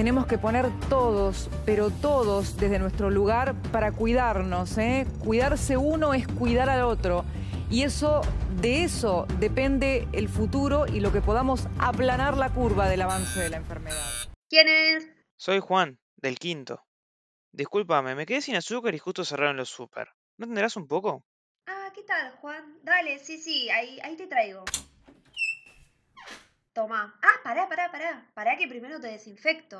tenemos que poner todos, pero todos desde nuestro lugar para cuidarnos, ¿eh? Cuidarse uno es cuidar al otro. Y de eso depende el futuro y lo que podamos aplanar la curva del avance de la enfermedad. ¿Quién es? Soy Juan, del quinto. Discúlpame, me quedé sin azúcar y justo cerraron los súper. ¿No tendrás un poco? Ah, ¿qué tal, Juan? Dale, sí, ahí te traigo. Toma. Ah, pará. Pará que primero te desinfecto.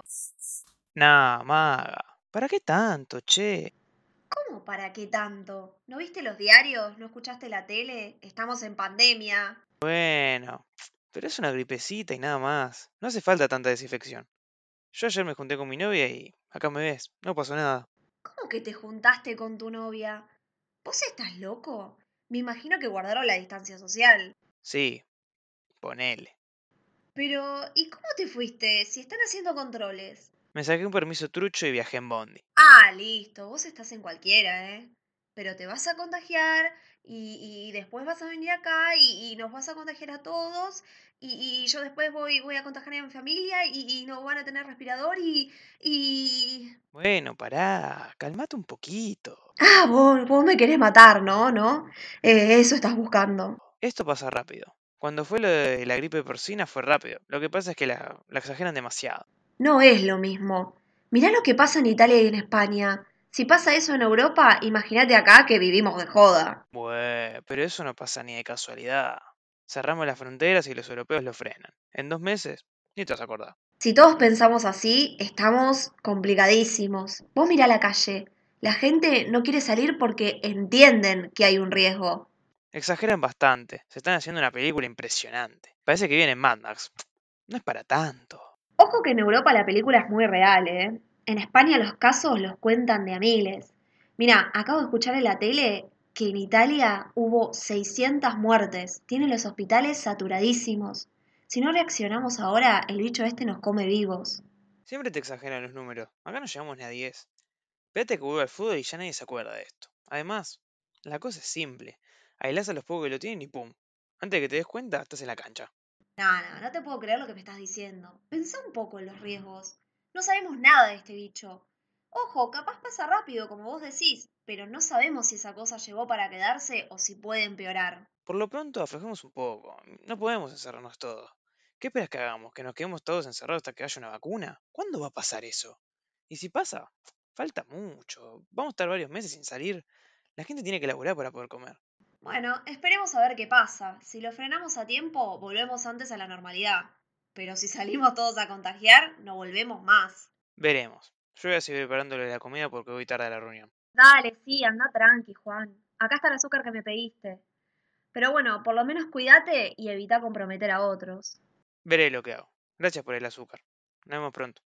Nah, maga. ¿Para qué tanto, che? ¿Cómo para qué tanto? ¿No viste los diarios? ¿No escuchaste la tele? Estamos en pandemia. Bueno, pero es una gripecita y nada más. No hace falta tanta desinfección. Yo ayer me junté con mi novia y acá me ves. No pasó nada. ¿Cómo que te juntaste con tu novia? ¿Vos estás loco? Me imagino que guardaron la distancia social. Sí, ponele. Pero, ¿y cómo te fuiste si están haciendo controles? Me saqué un permiso trucho y viajé en Bondi. Ah, listo, vos estás en cualquiera, ¿eh? Pero te vas a contagiar y después vas a venir acá y nos vas a contagiar a todos y yo después voy a contagiar a mi familia y no van a tener respirador y... Bueno, pará, calmate un poquito. Ah, vos me querés matar, ¿no? ¿No? Eso estás buscando. Esto pasa rápido. Cuando fue lo de la gripe porcina fue rápido. Lo que pasa es que la exageran demasiado. No es lo mismo. Mirá lo que pasa en Italia y en España. Si pasa eso en Europa, imagínate acá que vivimos de joda. Bueno, pero eso no pasa ni de casualidad. Cerramos las fronteras y los europeos lo frenan. En 2 meses, ni te vas a acordar. Si todos pensamos así, estamos complicadísimos. Vos mirá la calle. La gente no quiere salir porque entienden que hay un riesgo. Exageran bastante. Se están haciendo una película impresionante. Parece que viene Mad Max. No es para tanto. Ojo que en Europa la película es muy real, ¿eh? En España los casos los cuentan de a miles. Mirá, acabo de escuchar en la tele que en Italia hubo 600 muertes. Tienen los hospitales saturadísimos. Si no reaccionamos ahora, el bicho este nos come vivos. Siempre te exageran los números. Acá no llegamos ni a 10. Vete que vuelve al fútbol y ya nadie se acuerda de esto. Además, la cosa es simple. Aislás a los pocos que lo tienen y ¡pum! Antes de que te des cuenta, estás en la cancha. No te puedo creer lo que me estás diciendo. Pensá un poco en los riesgos. No sabemos nada de este bicho. Ojo, capaz pasa rápido, como vos decís, pero no sabemos si esa cosa llegó para quedarse o si puede empeorar. Por lo pronto, aflojemos un poco. No podemos encerrarnos todos. ¿Qué esperas que hagamos? ¿Que nos quedemos todos encerrados hasta que haya una vacuna? ¿Cuándo va a pasar eso? Y si pasa, falta mucho. Vamos a estar varios meses sin salir. La gente tiene que laburar para poder comer. Bueno, esperemos a ver qué pasa. Si lo frenamos a tiempo, volvemos antes a la normalidad. Pero si salimos todos a contagiar, no volvemos más. Veremos. Yo voy a seguir preparándole la comida porque voy tarde a la reunión. Dale, sí, anda tranqui, Juan. Acá está el azúcar que me pediste. Pero bueno, por lo menos cuídate y evita comprometer a otros. Veré lo que hago. Gracias por el azúcar. Nos vemos pronto.